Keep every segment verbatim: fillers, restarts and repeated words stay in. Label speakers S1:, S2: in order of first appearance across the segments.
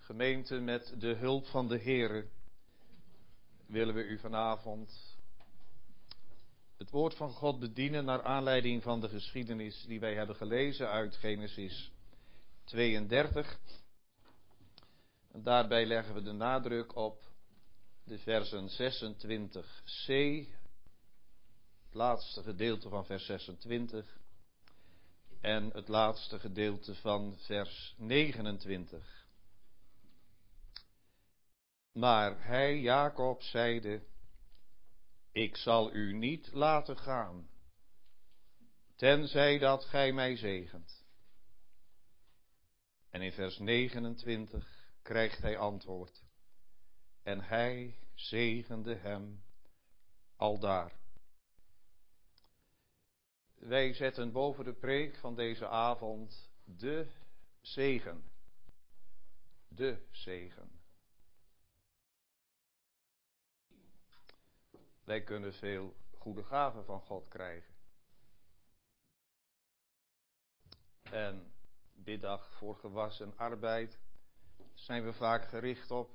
S1: Gemeente, met de hulp van de Heere willen we u vanavond het woord van God bedienen naar aanleiding van de geschiedenis die wij hebben gelezen uit Genesis tweeëndertig. En daarbij leggen we de nadruk op de versen zesentwintig c, het laatste gedeelte van vers zesentwintig en het laatste gedeelte van vers negenentwintig. Maar hij, Jacob, zeide: ik zal u niet laten gaan, tenzij dat gij mij zegent. En in vers negenentwintig krijgt hij antwoord: en hij zegende hem aldaar. Wij zetten boven de preek van deze avond de zegen. De zegen. Wij kunnen veel goede gaven van God krijgen. En biddag voor gewas en arbeid zijn we vaak gericht op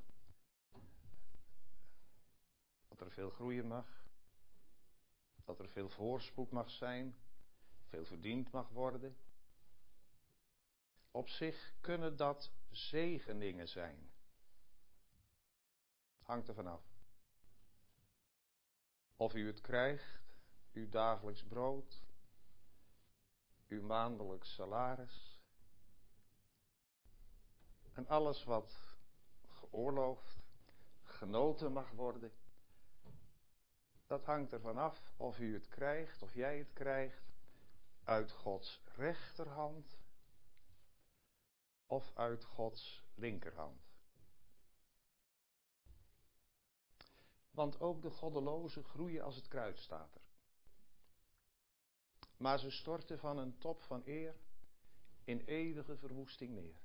S1: dat er veel groeien mag, dat er veel voorspoed mag zijn, veel verdiend mag worden. Op zich kunnen dat zegeningen zijn. Hangt er vanaf. Of u het krijgt, uw dagelijks brood, uw maandelijks salaris en alles wat geoorloofd, genoten mag worden. Dat hangt ervan af of u het krijgt, of jij het krijgt, uit Gods rechterhand of uit Gods linkerhand. Want ook de goddelozen groeien als het kruid, staat er. Maar ze storten van een top van eer in eeuwige verwoesting neer.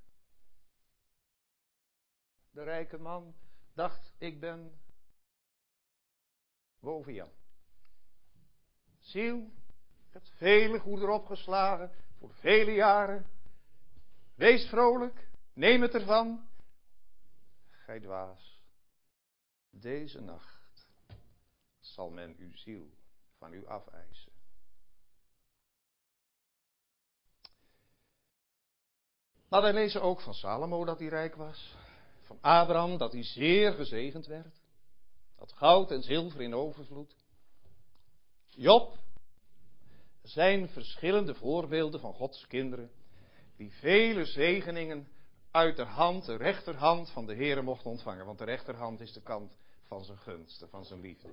S1: De rijke man dacht: ik ben boven Jan. Ziel, ik heb vele goederen opgeslagen voor vele jaren. Wees vrolijk, neem het ervan. Gij dwaas, deze nacht zal men uw ziel van u afeisen. Maar wij lezen ook van Salomo dat hij rijk was. Van Abraham dat hij zeer gezegend werd. Dat goud en zilver in overvloed. Job. Er zijn verschillende voorbeelden van Gods kinderen die vele zegeningen uit de hand, de rechterhand van de Heere mochten ontvangen. Want de rechterhand is de kant van zijn gunsten, van zijn liefde.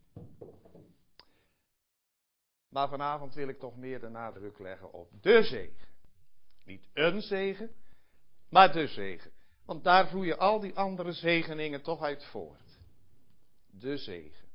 S1: Maar vanavond wil ik toch meer de nadruk leggen op de zegen. Niet een zegen, maar de zegen. Want daar vloeien al die andere zegeningen toch uit voort. De zegen.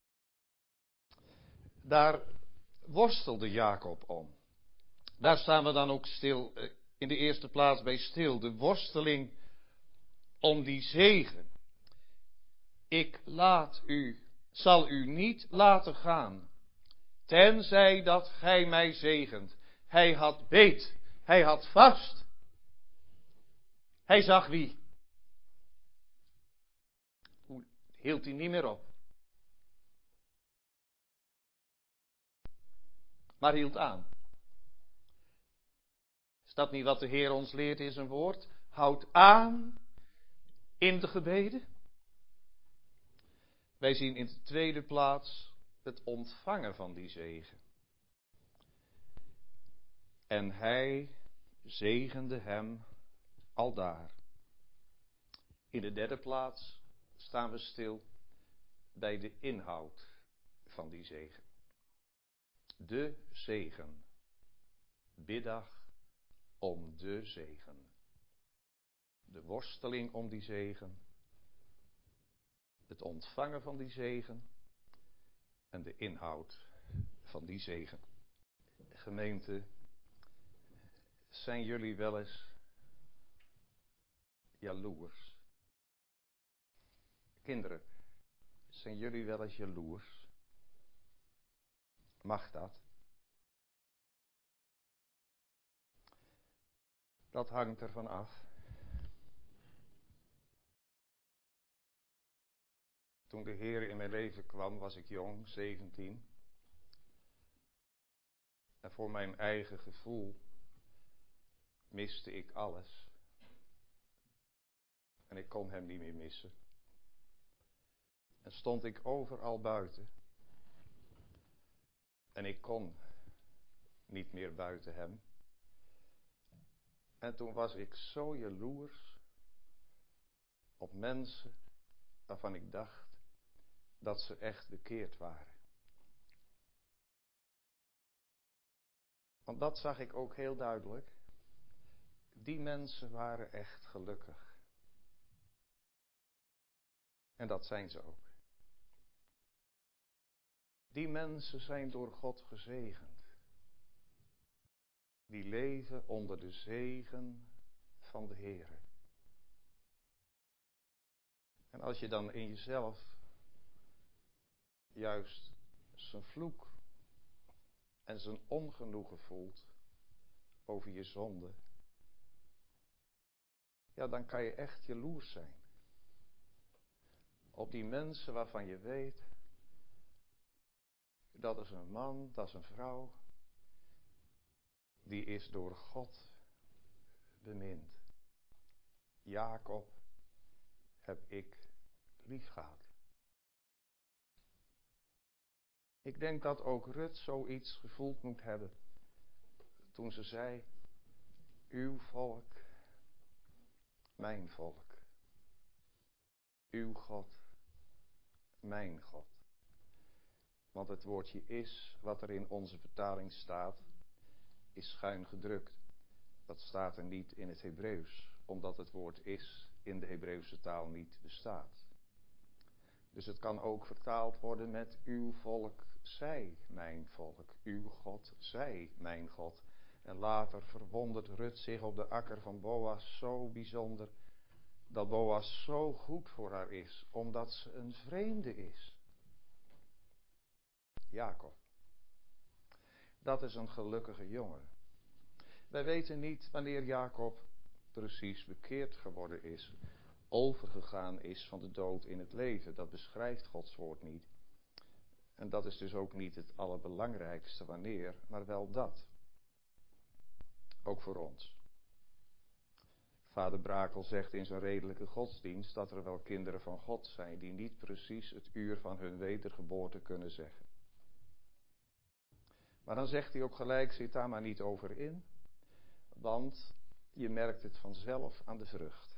S1: Daar worstelde Jacob om. Daar staan we dan ook stil, in de eerste plaats bij stil. De worsteling om die zegen. Ik laat u, zal u niet laten gaan, tenzij dat gij mij zegent. Hij had beet, hij had vast. Hij zag wie? Hoe hield hij niet meer op? Maar hield aan. Is dat niet wat de Heer ons leert in zijn woord? Houd aan in de gebeden. Wij zien in de tweede plaats het ontvangen van die zegen. En hij zegende hem aldaar. In de derde plaats staan we stil bij de inhoud van die zegen. De zegen. Biddag om de zegen. De worsteling om die zegen. Het ontvangen van die zegen. En de inhoud van die zegen. Gemeente, zijn jullie wel eens jaloers? Kinderen, zijn jullie wel eens jaloers? Mag dat? Dat hangt ervan af Toen de Heer in mijn leven kwam, was ik jong, zeventien. En voor mijn eigen gevoel miste ik alles. En ik kon hem niet meer missen. En stond ik overal buiten. En ik kon niet meer buiten hem. En toen was ik zo jaloers op mensen waarvan ik dacht dat ze echt bekeerd waren. Want dat zag ik ook heel duidelijk. Die mensen waren echt gelukkig. En dat zijn ze ook. Die mensen zijn door God gezegend. Die leven onder de zegen van de Heer. En als je dan in jezelf juist zijn vloek en zijn ongenoegen voelt over je zonde, ja, dan kan je echt jaloers zijn op die mensen waarvan je weet, dat is een man, dat is een vrouw, die is door God bemind. Jacob heb ik lief gehad. Ik denk dat ook Rut zoiets gevoeld moet hebben toen ze zei, uw volk, mijn volk. Uw God, mijn God. Want het woordje is, wat er in onze vertaling staat, is schuin gedrukt. Dat staat er niet in het Hebreeuws, omdat het woord is in de Hebreeuwse taal niet bestaat. Dus het kan ook vertaald worden met uw volk, zij mijn volk. Uw God, zij mijn God. En later verwondert Rut zich op de akker van Boas zo bijzonder, dat Boas zo goed voor haar is, omdat ze een vreemde is. Jacob. Dat is een gelukkige jongen. Wij weten niet wanneer Jacob precies bekeerd geworden is, overgegaan is van de dood in het leven. Dat beschrijft Gods woord niet. En dat is dus ook niet het allerbelangrijkste wanneer, maar wel dat. Ook voor ons. Vader Brakel zegt in zijn redelijke godsdienst dat er wel kinderen van God zijn die niet precies het uur van hun wedergeboorte kunnen zeggen. Maar dan zegt hij ook gelijk, zit daar maar niet over in, want je merkt het vanzelf aan de vrucht.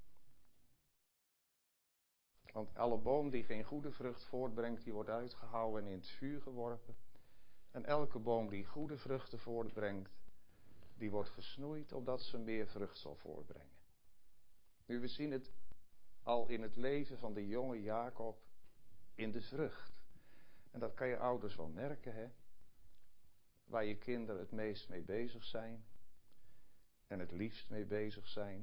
S1: Want alle boom die geen goede vrucht voortbrengt, die wordt uitgehouwen en in het vuur geworpen. En elke boom die goede vruchten voortbrengt, die wordt gesnoeid, opdat ze meer vrucht zal voortbrengen. Nu, we zien het al in het leven van de jonge Jacob in de vrucht. En dat kan je ouders wel merken, hè. Waar je kinderen het meest mee bezig zijn. En het liefst mee bezig zijn.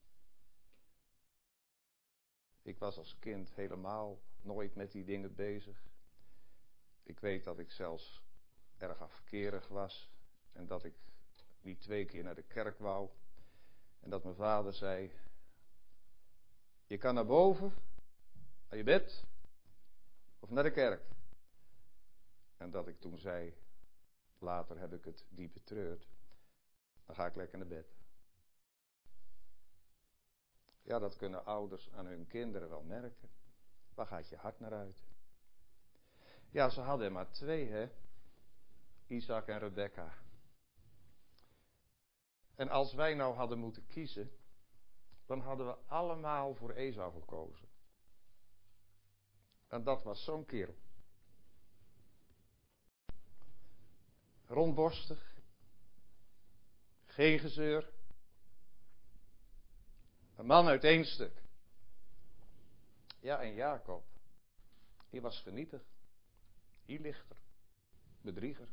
S1: Ik was als kind helemaal nooit met die dingen bezig. Ik weet dat ik zelfs erg afkerig was. En dat ik niet twee keer naar de kerk wou. En dat mijn vader zei, je kan naar boven, naar je bed, of naar de kerk. En dat ik toen zei, later heb ik het diep betreurd, dan ga ik lekker naar bed. Ja, dat kunnen ouders aan hun kinderen wel merken. Waar gaat je hart naar uit? Ja, ze hadden er maar twee, hè. Isaac en Rebecca. En als wij nou hadden moeten kiezen, dan hadden we allemaal voor Esau gekozen. En dat was zo'n kerel. Rondborstig. Geen gezeur. Een man uit één stuk. Ja, en Jacob, die was vernietigd. Ierlichter. Bedrieger.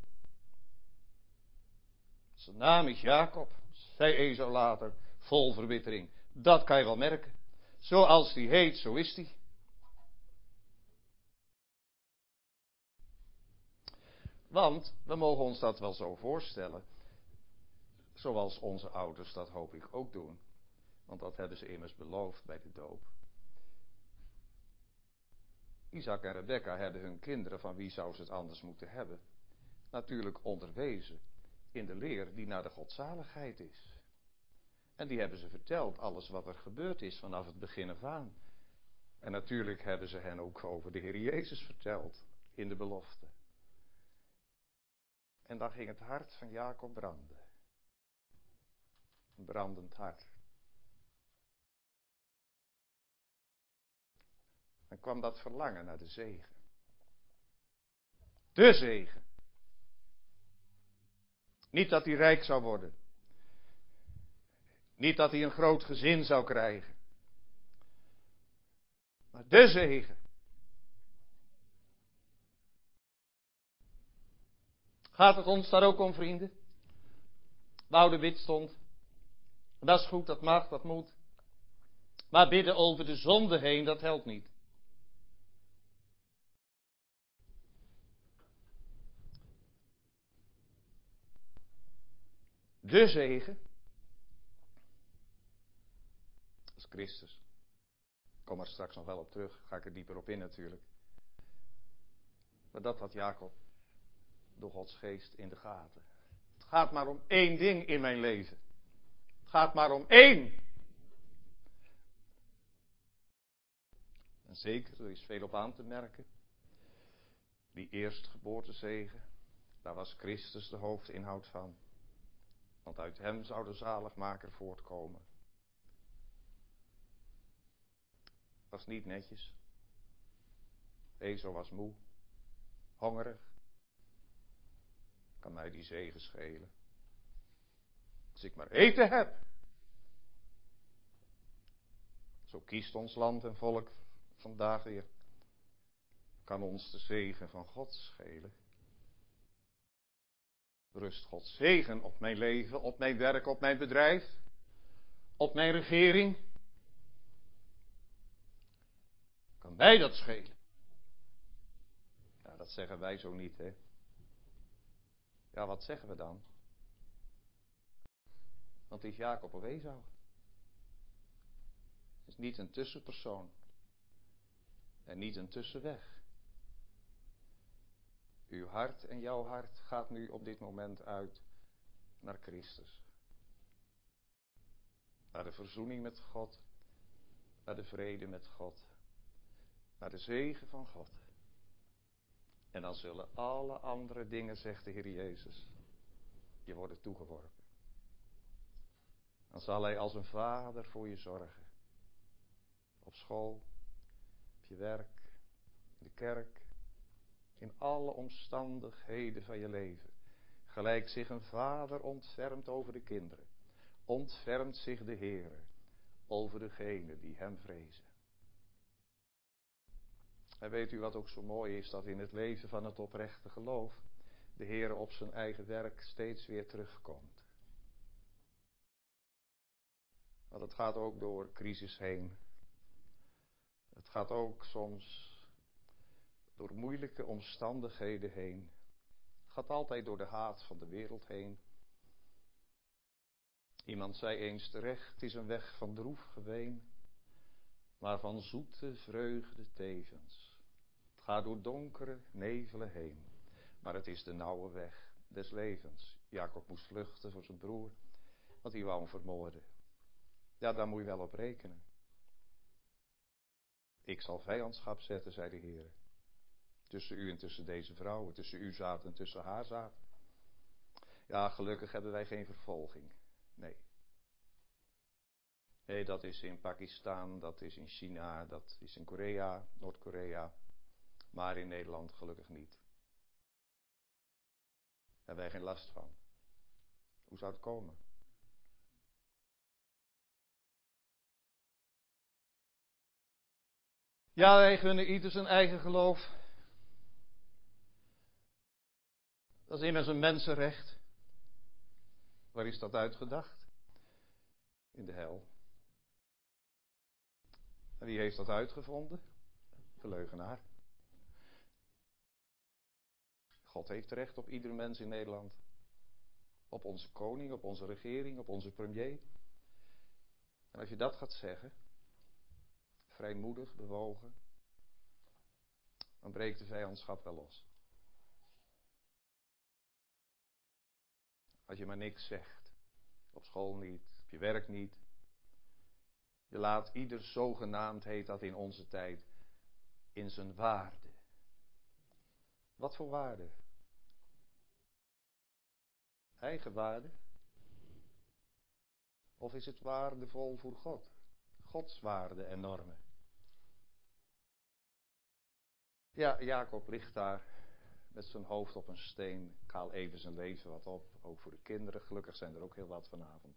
S1: Zijn naam is Jacob, zei Esau later, vol verbittering. Dat kan je wel merken. Zoals die heet, zo is die. Want we mogen ons dat wel zo voorstellen. Zoals onze ouders dat hoop ik ook doen. Want dat hebben ze immers beloofd bij de doop. Isaac en Rebekka hebben hun kinderen, van wie zou ze het anders moeten hebben, natuurlijk onderwezen in de leer die naar de godzaligheid is. En die hebben ze verteld, alles wat er gebeurd is vanaf het begin af aan. En natuurlijk hebben ze hen ook over de Heer Jezus verteld in de belofte. En dan ging het hart van Jacob branden. Een brandend hart. Dan kwam dat verlangen naar de zegen. De zegen. Niet dat hij rijk zou worden. Niet dat hij een groot gezin zou krijgen. Maar de zegen. Gaat het ons daar ook om, vrienden? Woude wit stond. Dat is goed, dat mag, dat moet. Maar bidden over de zonde heen, dat helpt niet. De zegen. Dat is Christus. Ik kom er straks nog wel op terug. Ga ik er dieper op in natuurlijk. Maar dat had Jacob door Gods geest in de gaten. Het gaat maar om één ding in mijn leven. Het gaat maar om één. En zeker, er is veel op aan te merken. Die eerstgeboortezegen, daar was Christus de hoofdinhoud van. Want uit hem zou de zaligmaker voortkomen. Was niet netjes. Ezo was moe, hongerig. Kan mij die zegen schelen. Als ik maar eten heb. Zo kiest ons land en volk vandaag weer. Kan ons de zegen van God schelen. Rust Gods zegen op mijn leven, op mijn werk, op mijn bedrijf, op mijn regering. Kan mij dat schelen? Ja, dat zeggen wij zo niet, hè. Ja, wat zeggen we dan? Want het is Jacob of Esau. Het is niet een tussenpersoon. En niet een tussenweg. Uw hart en jouw hart gaat nu op dit moment uit naar Christus. Naar de verzoening met God. Naar de vrede met God. Naar de zegen van God. En dan zullen alle andere dingen, zegt de Heer Jezus, je worden toegeworpen. Dan zal Hij als een vader voor je zorgen. Op school, op je werk, in de kerk, in alle omstandigheden van je leven. Gelijk zich een vader ontfermt over de kinderen, ontfermt zich de Heer over degenen die hem vrezen. En weet u wat ook zo mooi is, dat in het leven van het oprechte geloof de Heer op zijn eigen werk steeds weer terugkomt. Want het gaat ook door crisis heen. Het gaat ook soms door moeilijke omstandigheden heen. Het gaat altijd door de haat van de wereld heen. Iemand zei eens terecht, het is een weg van droef geween, maar van zoete vreugde tevens. Het gaat door donkere nevelen heen, maar het is de nauwe weg des levens. Jacob moest vluchten voor zijn broer, want hij wou hem vermoorden. Ja, daar moet je wel op rekenen. Ik zal vijandschap zetten, zei de Heer. Tussen u en tussen deze vrouwen, tussen uw zaad en tussen haar zaad. Ja, gelukkig hebben wij geen vervolging. Nee. Nee, dat is in Pakistan, dat is in China, dat is in Korea, Noord-Korea. Maar in Nederland gelukkig niet. Daar hebben wij geen last van. Hoe zou het komen? Ja, wij gunnen ieder zijn eigen geloof. Dat is immers een mensenrecht. Waar is dat uitgedacht? In de hel. En wie heeft dat uitgevonden? De leugenaar. God heeft recht op ieder mens in Nederland. Op onze koning, op onze regering, op onze premier. En als je dat gaat zeggen, vrijmoedig, bewogen, dan breekt de vijandschap wel los. Als je maar niks zegt, op school niet, op je werk niet. Je laat ieder zogenaamd, heet dat in onze tijd, in zijn waarde. Wat voor waarde? Eigen waarde? Of is het waardevol voor God? Gods waarden en normen. Ja, Jacob ligt daar met zijn hoofd op een steen. Ik haal even zijn leven wat op, ook voor de kinderen. Gelukkig zijn er ook heel wat vanavond.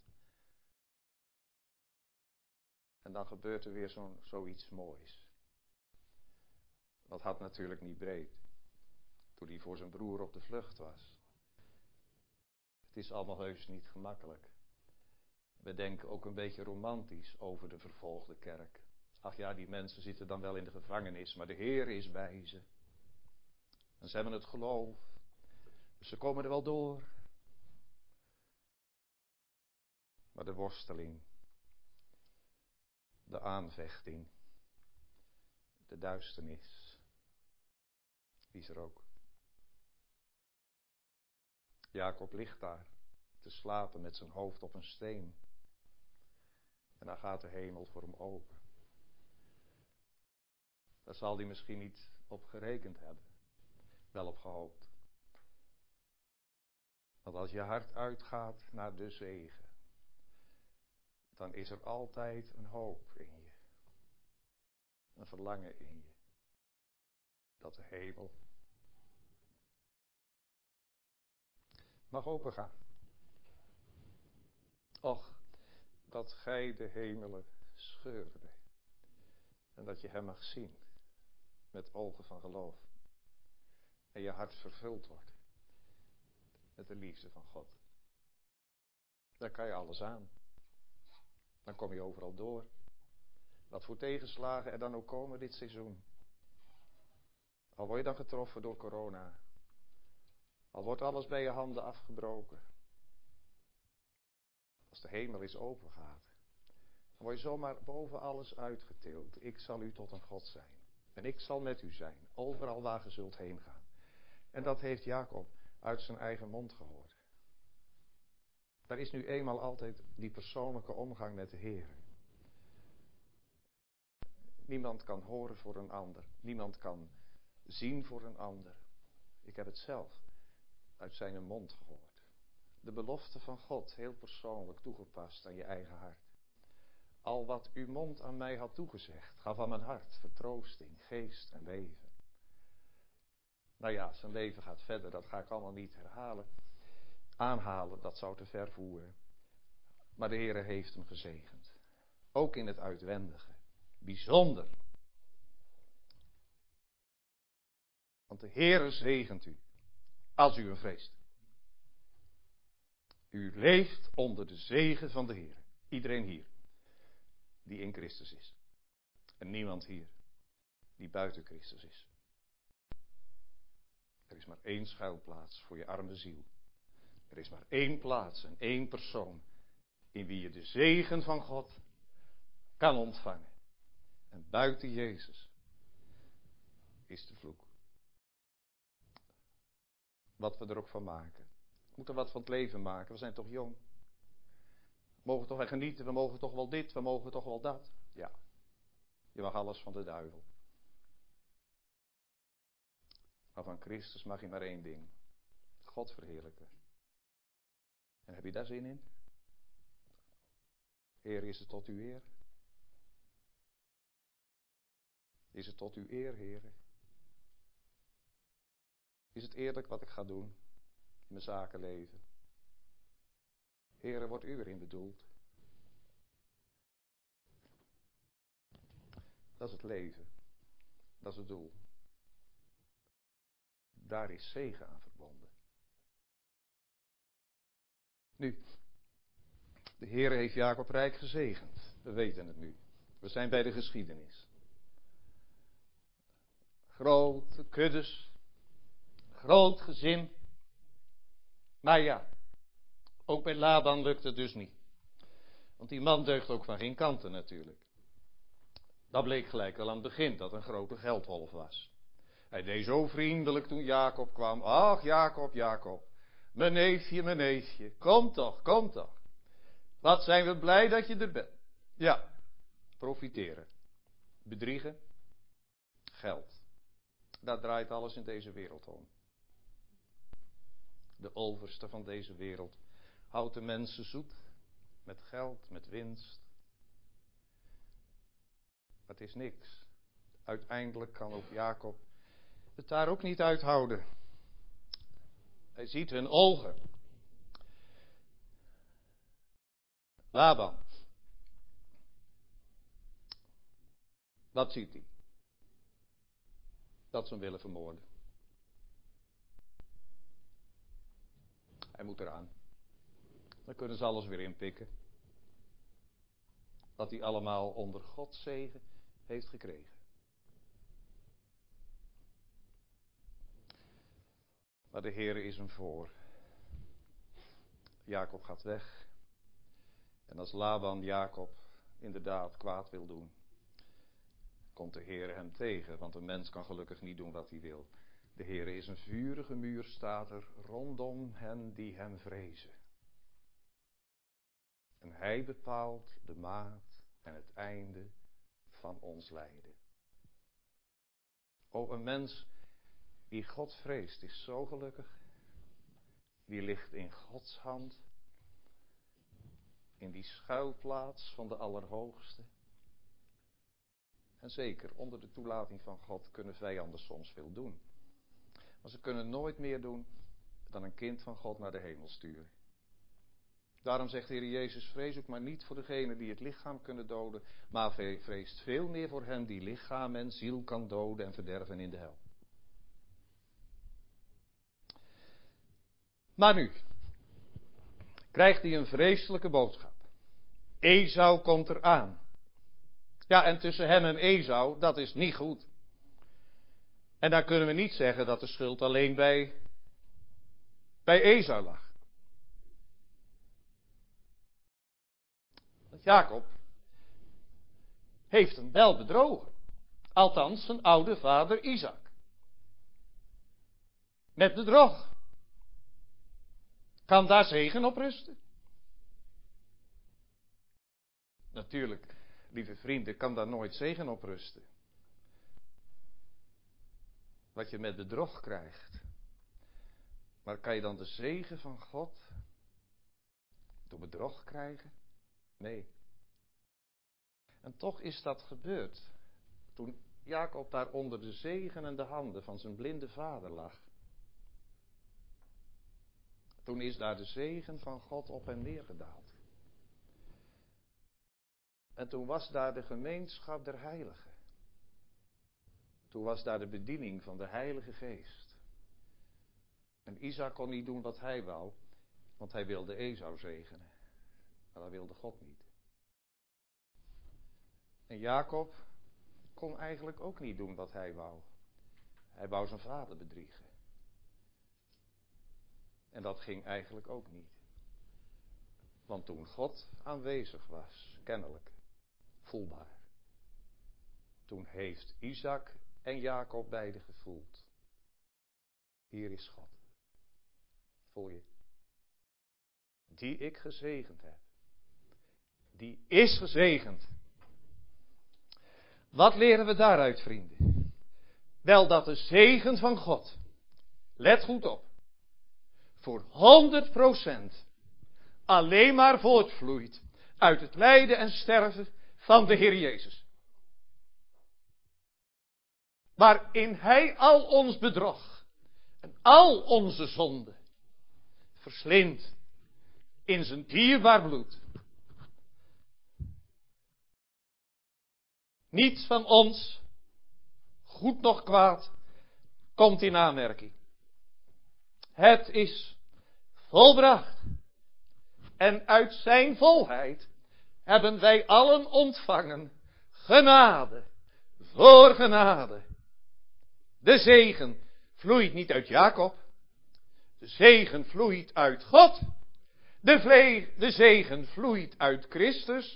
S1: En dan gebeurt er weer zo'n, zoiets moois. Dat had natuurlijk niet breed. Toen hij voor zijn broer op de vlucht was. Het is allemaal heus niet gemakkelijk. We denken ook een beetje romantisch over de vervolgde kerk. Ach ja, die mensen zitten dan wel in de gevangenis, maar de Heer is bij ze. En ze hebben het geloof. Dus ze komen er wel door. Maar de worsteling, de aanvechting, de duisternis, die is er ook. Jacob ligt daar te slapen met zijn hoofd op een steen. En dan gaat de hemel voor hem open. Daar zal hij misschien niet op gerekend hebben. Wel op gehoopt. Want als je hart uitgaat naar de zegen, dan is er altijd een hoop in je. Een verlangen in je. Dat de hemel mag opengaan. Och, dat gij de hemelen scheurde. En dat je hem mag zien. Met ogen van geloof. En je hart vervuld wordt. Met de liefde van God. Daar kan je alles aan. Dan kom je overal door. Wat voor tegenslagen er dan ook komen dit seizoen. Al word je dan getroffen door corona. Al wordt alles bij je handen afgebroken. Als de hemel eens open gaat. Dan word je zomaar boven alles uitgetild. Ik zal u tot een God zijn. En ik zal met u zijn. Overal waar ge zult heen gaan. En dat heeft Jacob uit zijn eigen mond gehoord. Daar is nu eenmaal altijd die persoonlijke omgang met de Heer. Niemand kan horen voor een ander. Niemand kan zien voor een ander. Ik heb het zelf uit zijn mond gehoord. De belofte van God, heel persoonlijk toegepast aan je eigen hart. Al wat uw mond aan mij had toegezegd, gaf aan mijn hart vertroosting, geest en leven. Nou ja, zijn leven gaat verder, dat ga ik allemaal niet herhalen. Aanhalen, dat zou te ver voeren. Maar de Heere heeft hem gezegend. Ook in het uitwendige. Bijzonder. Want de Heere zegent u, als u hem vreest. U leeft onder de zegen van de Heere. Iedereen hier, die in Christus is. En niemand hier, die buiten Christus is. Er is maar één schuilplaats voor je arme ziel. Er is maar één plaats en één persoon in wie je de zegen van God kan ontvangen. En buiten Jezus is de vloek. Wat we er ook van maken. We moeten wat van het leven maken. We zijn toch jong. We mogen toch wel genieten. We mogen toch wel dit. We mogen toch wel dat. Ja. Je mag alles van de duivel. Maar van Christus mag je maar één ding. God verheerlijken. En heb je daar zin in? Heer, is het tot uw eer? Is het tot uw eer, Heer? Is het eerlijk wat ik ga doen in mijn zakenleven? Heer, wordt u erin bedoeld? Dat is het leven. Dat is het doel. Daar is zegen aan verbonden. Nu, de Heer heeft Jacob rijk gezegend. We weten het nu. We zijn bij de geschiedenis. Grote kuddes. Groot gezin. Maar ja, ook bij Laban lukt het dus niet. Want die man deugt ook van geen kanten natuurlijk. Dat bleek gelijk al aan het begin dat een grote geldwolf was. Hij deed zo vriendelijk toen Jacob kwam. Ach, Jacob, Jacob. Mijn neefje, mijn neefje. Kom toch, kom toch. Wat zijn we blij dat je er bent. Ja, profiteren. Bedriegen. Geld. Daar draait alles in deze wereld om. De overste van deze wereld houdt de mensen zoet. Met geld, met winst. Maar het is niks. Uiteindelijk kan ook Jacob het daar ook niet uithouden. Hij ziet hun ogen. Laban. Wat ziet hij? Dat ze hem willen vermoorden. Hij moet eraan. Dan kunnen ze alles weer inpikken. Wat hij allemaal onder Gods zegen heeft gekregen. Maar de Heere is hem voor. Jacob gaat weg. En als Laban Jacob inderdaad kwaad wil doen, komt de Heere hem tegen. Want een mens kan gelukkig niet doen wat hij wil. De Heere is een vurige muur, staat er, rondom hen die hem vrezen. En hij bepaalt de maat en het einde van ons lijden. O, een mens die God vreest is zo gelukkig. Die ligt in Gods hand. In die schuilplaats van de Allerhoogste. En zeker, onder de toelating van God kunnen vijanden soms veel doen. Maar ze kunnen nooit meer doen dan een kind van God naar de hemel sturen. Daarom zegt de Heer Jezus, vrees ook maar niet voor degenen die het lichaam kunnen doden, maar vreest veel meer voor hen die lichaam en ziel kan doden en verderven in de hel. Maar nu krijgt hij een vreselijke boodschap. Esau komt eraan. Ja, en tussen hem en Esau, dat is niet goed. En daar kunnen we niet zeggen dat de schuld alleen bij, bij Esau lag. Want Jacob heeft hem wel bedrogen. Althans, zijn oude vader Isaac. Met bedrog. Kan daar zegen op rusten? Natuurlijk, lieve vrienden, kan daar nooit zegen op rusten. Wat je met bedrog krijgt. Maar kan je dan de zegen van God door bedrog krijgen? Nee. En toch is dat gebeurd. Toen Jacob daar onder de zegenende handen van zijn blinde vader lag. Toen is daar de zegen van God op hem neergedaald. En toen was daar de gemeenschap der heiligen. Toen was daar de bediening van de Heilige Geest. En Isaac kon niet doen wat hij wou, want hij wilde Esau zegenen. Maar dat wilde God niet. En Jacob kon eigenlijk ook niet doen wat hij wou. Hij wou zijn vader bedriegen. En dat ging eigenlijk ook niet. Want toen God aanwezig was, kennelijk, voelbaar. Toen heeft Isaac en Jacob beide gevoeld. Hier is God. Voel je? Die ik gezegend heb. Die is gezegend. Wat leren we daaruit, vrienden? Wel dat de zegen van God, let goed op, voor honderd procent alleen maar voortvloeit uit het lijden en sterven van de Heer Jezus. Waarin Hij al ons bedrog en al onze zonden verslindt in zijn dierbaar bloed. Niets van ons, goed noch kwaad, komt in aanmerking. Het is volbracht. En uit zijn volheid hebben wij allen ontvangen genade voor genade. De zegen vloeit niet uit Jacob. De zegen vloeit uit God. De, vle- de zegen vloeit uit Christus.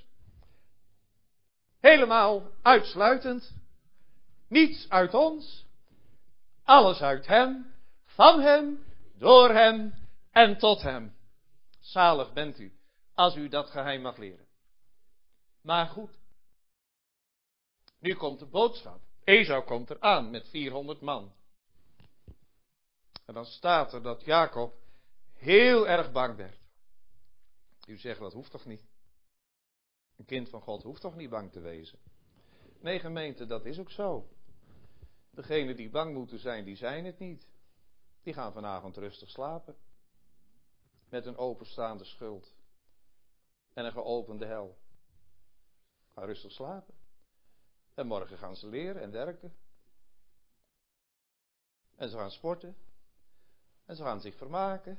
S1: Helemaal uitsluitend. Niets uit ons. Alles uit hem, van hem, door hem en tot hem. Zalig bent u, als u dat geheim mag leren. Maar goed. Nu komt de boodschap. Esau komt eraan met vierhonderd man. En dan staat er dat Jacob heel erg bang werd. U zegt, dat hoeft toch niet? Een kind van God hoeft toch niet bang te wezen? Nee, gemeente, dat is ook zo. Degenen die bang moeten zijn, die zijn het niet. Die gaan vanavond rustig slapen. Met een openstaande schuld. En een geopende hel. Gaan rustig slapen. En morgen gaan ze leren en werken. En ze gaan sporten. En ze gaan zich vermaken.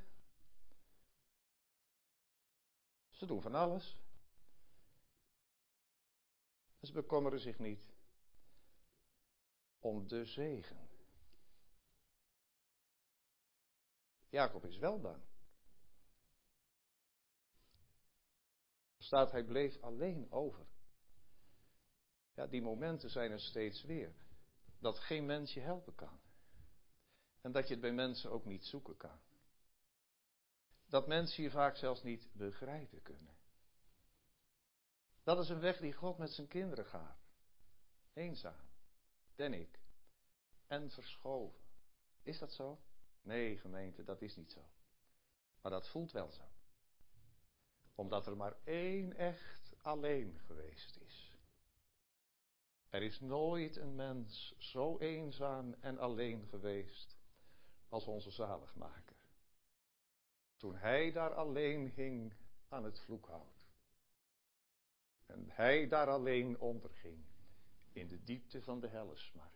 S1: Ze doen van alles. En ze bekommeren zich niet om de zegen. Jacob is wel bang. Staat, hij bleef alleen over. Ja, die momenten zijn er steeds weer. Dat geen mens je helpen kan. En dat je het bij mensen ook niet zoeken kan. Dat mensen je vaak zelfs niet begrijpen kunnen. Dat is een weg die God met zijn kinderen gaat. Eenzaam, ben ik. En verschoven. Is dat zo? Nee, gemeente, dat is niet zo. Maar dat voelt wel zo. Omdat er maar één echt alleen geweest is. Er is nooit een mens zo eenzaam en alleen geweest als onze zaligmaker. Toen hij daar alleen hing aan het vloekhout. En hij daar alleen onderging in de diepte van de hellesmart.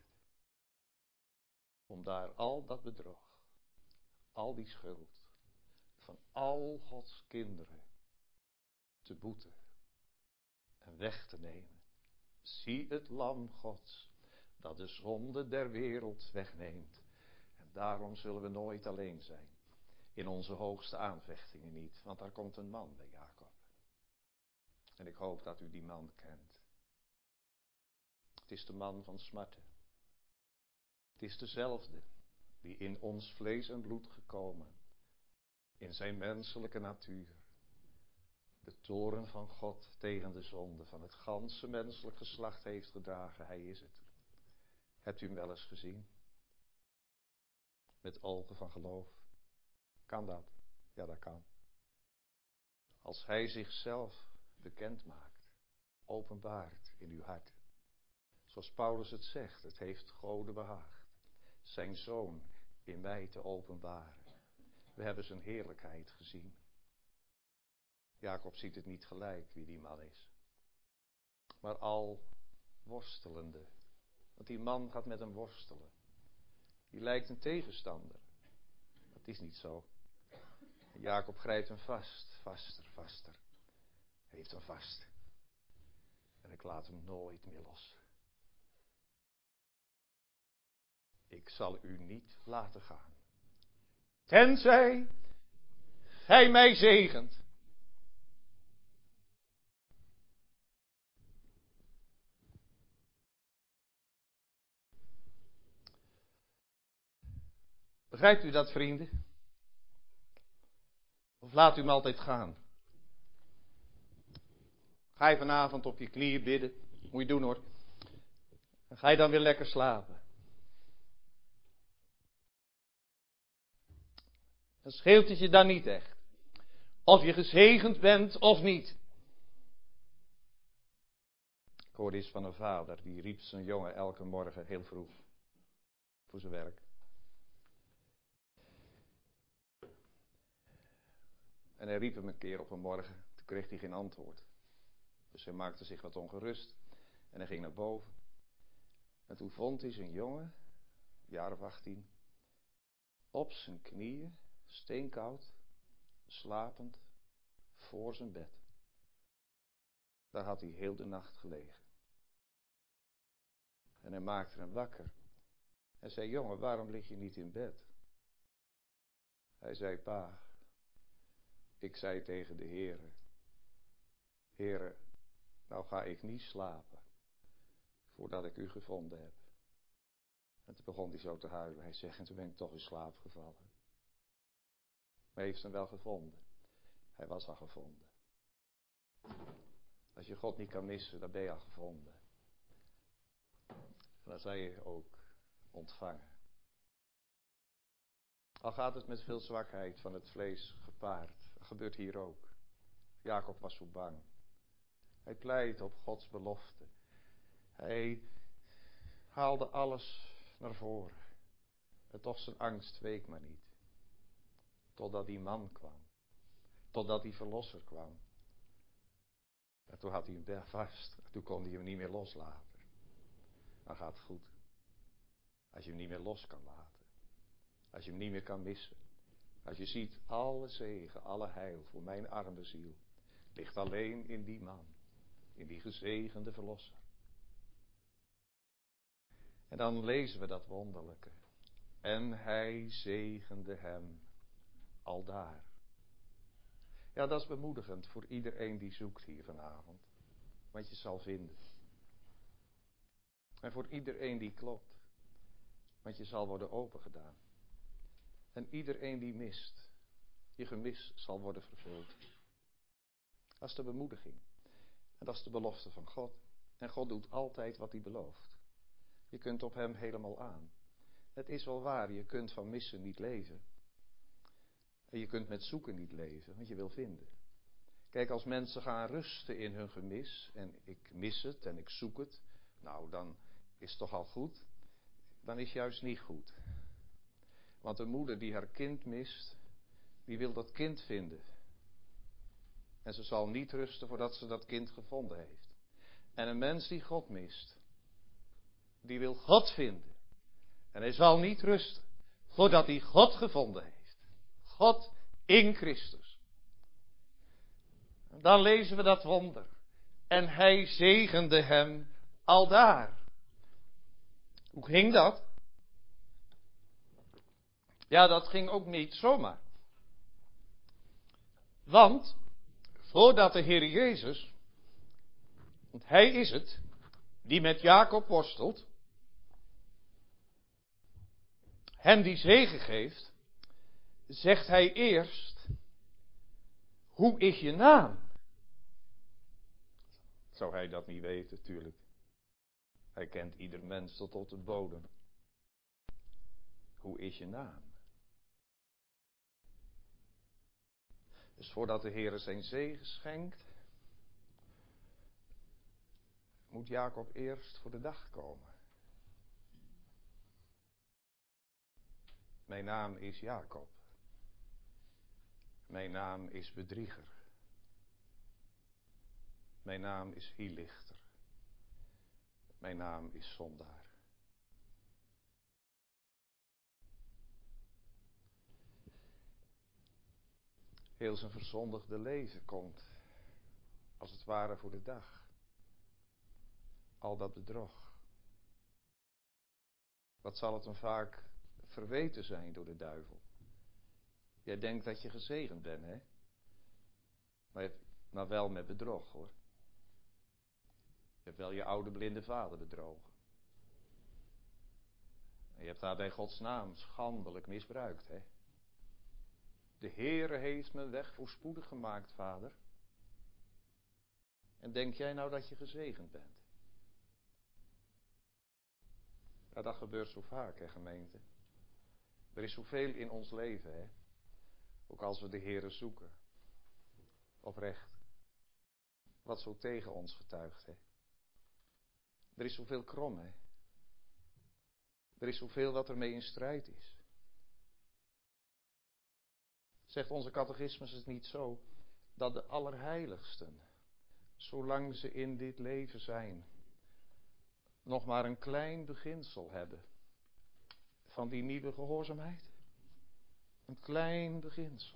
S1: Om daar al dat bedrog, al die schuld van al Gods kinderen te boeten en weg te nemen. Zie het lam Gods dat de zonde der wereld wegneemt. En daarom zullen we nooit alleen zijn. In onze hoogste aanvechtingen niet. Want daar komt een man bij Jacob. En ik hoop dat u die man kent. Het is de man van smarten. Het is dezelfde die in ons vlees en bloed gekomen. In zijn menselijke natuur. De toorn van God tegen de zonde van het ganse menselijk geslacht heeft gedragen. Hij is het. Hebt u hem wel eens gezien? Met ogen van geloof. Kan dat? Ja, dat kan. Als hij zichzelf bekend maakt, openbaart in uw hart. Zoals Paulus het zegt, het heeft Gode behaagd. Zijn zoon in mij te openbaren. We hebben zijn heerlijkheid gezien. Jacob ziet het niet gelijk wie die man is. Maar al worstelende. Want die man gaat met hem worstelen. Die lijkt een tegenstander. Dat is niet zo. Jacob grijpt hem vast. Vaster, vaster. Hij heeft hem vast. En ik laat hem nooit meer los. Ik zal u niet laten gaan. Tenzij gij mij zegent. Begrijpt u dat, vrienden? Of laat u hem altijd gaan? Ga je vanavond op je knieën bidden? Moet je doen hoor. En ga je dan weer lekker slapen? Dan scheelt het je dan niet echt. Of je gezegend bent of niet. Ik hoorde eens van een vader, die riep zijn jongen elke morgen heel vroeg. Voor zijn werk. En hij riep hem een keer op een morgen. Toen kreeg hij geen antwoord. Dus hij maakte zich wat ongerust. En hij ging naar boven. En toen vond hij zijn jongen, een jaar of achttien, op zijn knieën, steenkoud, slapend, voor zijn bed. Daar had hij heel de nacht gelegen. En hij maakte hem wakker. Hij zei, jongen, waarom lig je niet in bed? Hij zei, pa, ik zei tegen de Heere, Heere, nou ga ik niet slapen, voordat ik u gevonden heb. En toen begon hij zo te huilen. Hij zegt, en toen ben ik toch in slaap gevallen. Maar hij heeft hem wel gevonden. Hij was al gevonden. Als je God niet kan missen, dan ben je al gevonden. En dan zal je ook ontvangen. Al gaat het met veel zwakheid van het vlees gepaard. Dat gebeurt hier ook. Jacob was zo bang. Hij pleit op Gods belofte. Hij haalde alles naar voren. En toch zijn angst week maar niet. Totdat die man kwam. Totdat die verlosser kwam. En toen had hij hem vast. Toen kon hij hem niet meer loslaten. Dan gaat het goed. Als je hem niet meer los kan laten. Als je hem niet meer kan missen. Als je ziet, alle zegen, alle heil voor mijn arme ziel. Ligt alleen in die man. In die gezegende verlosser. En dan lezen we dat wonderlijke. En hij zegende hem aldaar. Ja, dat is bemoedigend voor iedereen die zoekt hier vanavond. Want je zal vinden. En voor iedereen die klopt. Want je zal worden opengedaan. En iedereen die mist. Je gemis zal worden vervuld. Dat is de bemoediging. En dat is de belofte van God. En God doet altijd wat hij belooft. Je kunt op hem helemaal aan. Het is wel waar, je kunt van missen niet leven. En je kunt met zoeken niet leven, want je wil vinden. Kijk, als mensen gaan rusten in hun gemis, en ik mis het en ik zoek het, nou dan is het toch al goed. Dan is juist niet goed. Want een moeder die haar kind mist, die wil dat kind vinden. En ze zal niet rusten voordat ze dat kind gevonden heeft. En een mens die God mist, die wil God vinden. En hij zal niet rusten voordat hij God gevonden heeft. God in Christus. En dan lezen we dat wonder. En hij zegende hem aldaar. Hoe ging dat? Ja, dat ging ook niet zomaar. Want, voordat de Heer Jezus, want hij is het, die met Jacob worstelt, hem die zegen geeft, zegt hij eerst, hoe is je naam? Zou hij dat niet weten, tuurlijk. Hij kent ieder mens tot op de bodem. Hoe is je naam? Dus voordat de Heer zijn zegen schenkt, moet Jacob eerst voor de dag komen. Mijn naam is Jacob. Mijn naam is bedrieger. Mijn naam is hielichter. Mijn naam is zondaar. Heel zijn verzondigde leven komt, als het ware voor de dag. Al dat bedrog. Wat zal het hem vaak verweten zijn door de duivel. Jij denkt dat je gezegend bent, hè? Maar, maar wel met bedrog, hoor. Je hebt wel je oude blinde vader bedrogen. En je hebt daar bij Gods naam schandelijk misbruikt, hè? De Heere heeft mijn weg voorspoedig gemaakt, vader. En denk jij nou dat je gezegend bent? Ja, dat gebeurt zo vaak, hè, gemeente. Er is zoveel in ons leven, hè. Ook als we de Heere zoeken. Oprecht. Wat zo tegen ons getuigt, hè. Er is zoveel krom, hè. Er is zoveel wat ermee in strijd is. Zegt onze catechismus het niet zo, dat de allerheiligsten, zolang ze in dit leven zijn, nog maar een klein beginsel hebben van die nieuwe gehoorzaamheid? Een klein beginsel.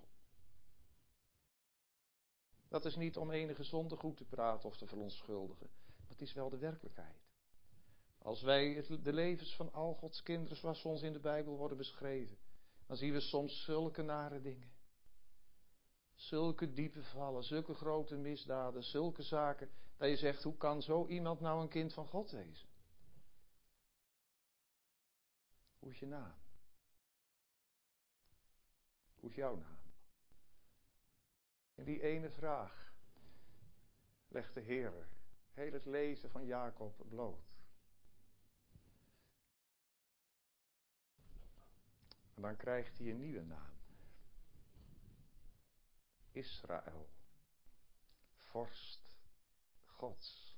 S1: Dat is niet om enige zonde goed te praten of te verontschuldigen. Maar het is wel de werkelijkheid. Als wij de levens van al Gods kinderen zoals ze ons in de Bijbel worden beschreven, dan zien we soms zulke nare dingen. Zulke diepe vallen, zulke grote misdaden, zulke zaken, dat je zegt, hoe kan zo iemand nou een kind van God wezen? Hoe is je naam? Hoe is jouw naam? En die ene vraag legt de Heer heel het lezen van Jacob bloot. En dan krijgt hij een nieuwe naam. Israël. Vorst Gods.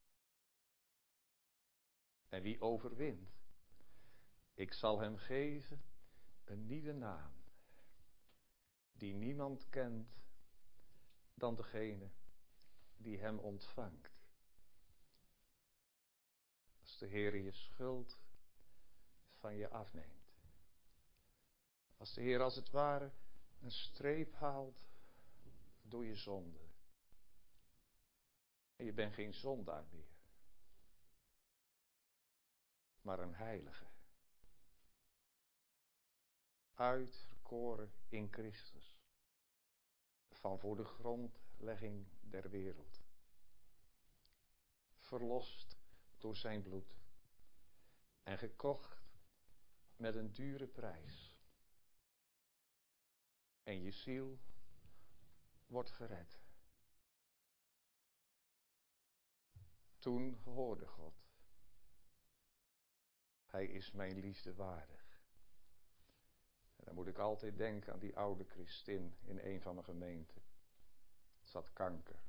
S1: En wie overwint? Ik zal hem geven een nieuwe naam. Die niemand kent dan degene die hem ontvangt. Als de Heer je schuld van je afneemt. Als de Heer als het ware een streep haalt door je zonde. En je bent geen zondaar meer. Maar een heilige. Uitverkoren in Christus. Van voor de grondlegging der wereld. Verlost door zijn bloed. En gekocht met een dure prijs. En je ziel wordt gered. Toen hoorde God. Hij is mijn liefde waardig. En dan moet ik altijd denken aan die oude Christin in een van mijn gemeenten. Ze had kanker.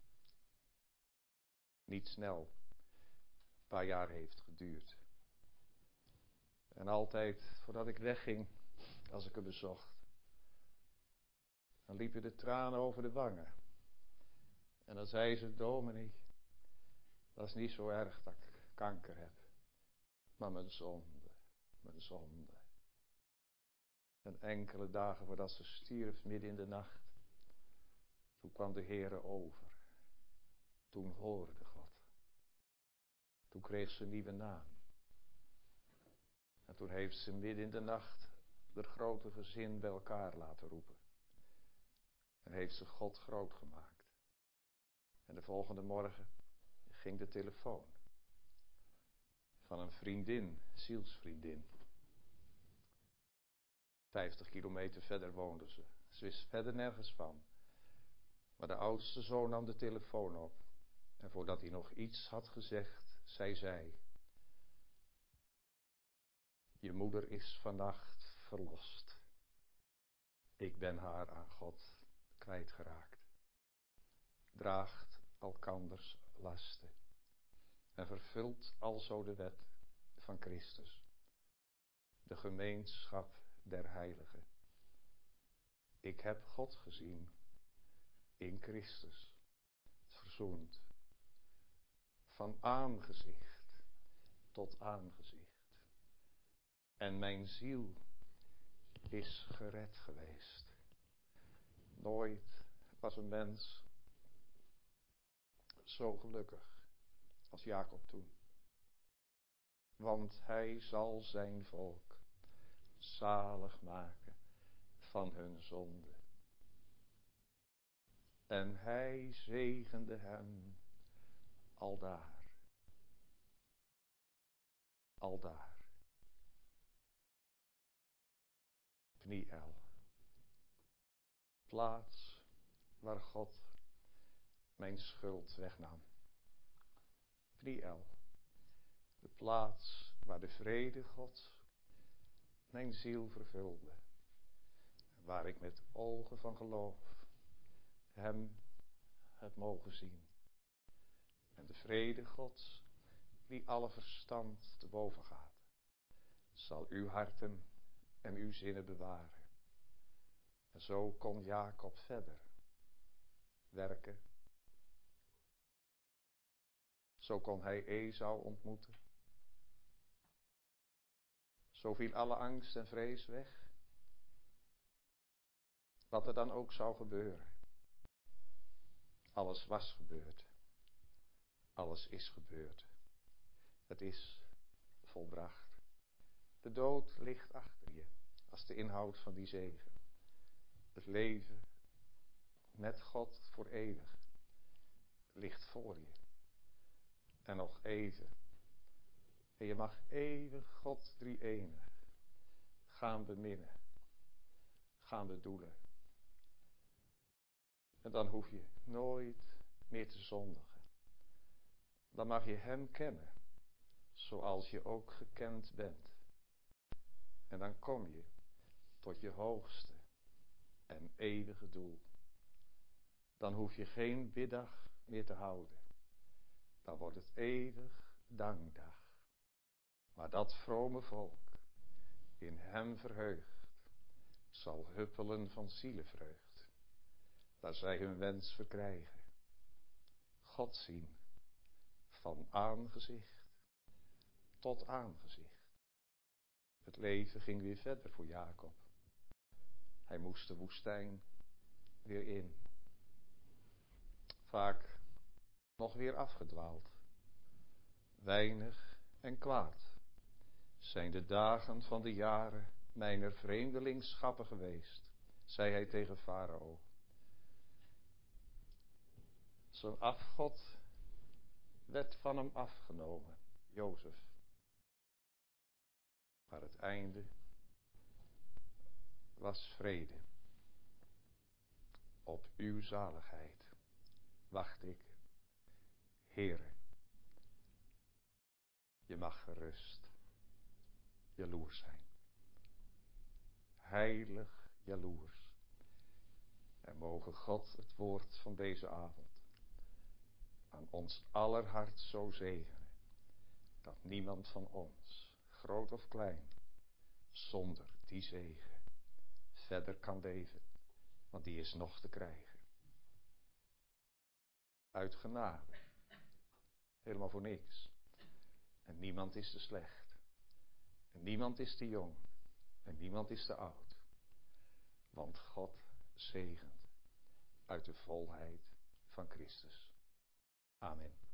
S1: Niet snel. Een paar jaar heeft geduurd. En altijd voordat ik wegging, als ik haar bezocht, dan liepen de tranen over de wangen. En dan zei ze, dominee, dat is niet zo erg dat ik kanker heb. Maar mijn zonde, mijn zonde. En enkele dagen voordat ze stierf, midden in de nacht, toen kwam de Heere over. Toen hoorde God. Toen kreeg ze een nieuwe naam. En toen heeft ze midden in de nacht het grote gezin bij elkaar laten roepen. En heeft ze God groot gemaakt. En de volgende morgen ging de telefoon. Van een vriendin, zielsvriendin. Vijftig kilometer verder woonde ze. Ze wist verder nergens van. Maar de oudste zoon nam de telefoon op. En voordat hij nog iets had gezegd, zei zij: je moeder is vannacht verlost. Ik ben haar aan God kwijtgeraakt. Draagt elkanders lasten. En vervult alzo de wet van Christus. De gemeenschap der heiligen. Ik heb God gezien in Christus. Verzoend. Van aangezicht tot aangezicht. En mijn ziel is gered geweest. Nooit was een mens zo gelukkig als Jacob toen. Want hij zal zijn volk zalig maken van hun zonde. En hij zegende hem aldaar. Aldaar. Pniel. Plaats waar God mijn schuld wegnam. Pniel. De plaats waar de vrede Gods mijn ziel vervulde. Waar ik met ogen van geloof hem heb mogen zien. En de vrede Gods, die alle verstand te boven gaat, zal uw harten en uw zinnen bewaren. En zo kon Jacob verder werken. Zo kon hij Esau ontmoeten. Zo viel alle angst en vrees weg. Wat er dan ook zou gebeuren. Alles was gebeurd. Alles is gebeurd. Het is volbracht. De dood ligt achter je, als de inhoud van die zegen. Het leven met God voor eeuwig ligt voor je. En nog even. En je mag eeuwig God drie-enig gaan beminnen, gaan bedoelen. En dan hoef je nooit meer te zondigen. Dan mag je hem kennen, zoals je ook gekend bent. En dan kom je tot je hoogste en eeuwige doel. Dan hoef je geen biddag meer te houden. Dan wordt het eeuwig dankdag. Maar dat vrome volk, in hem verheugd, zal huppelen van zielevreugd. Daar zij hun wens verkrijgen. God zien, van aangezicht tot aangezicht. Het leven ging weer verder voor Jacob. Hij moest de woestijn weer in. Vaak nog weer afgedwaald. Weinig en kwaad zijn de dagen van de jaren mijner vreemdelingsschappen geweest, zei hij tegen Farao. Zijn afgod werd van hem afgenomen, Jozef. Maar het einde was vrede. Op uw zaligheid wacht ik, Heere. Je mag gerust jaloers zijn. Heilig jaloers. En mogen God het woord van deze avond aan ons aller hart zo zegenen, dat niemand van ons, groot of klein, zonder die zegen verder kan leven, want die is nog te krijgen. Uit genade. Helemaal voor niks. En niemand is te slecht. En niemand is te jong. En niemand is te oud. Want God zegent uit de volheid van Christus. Amen.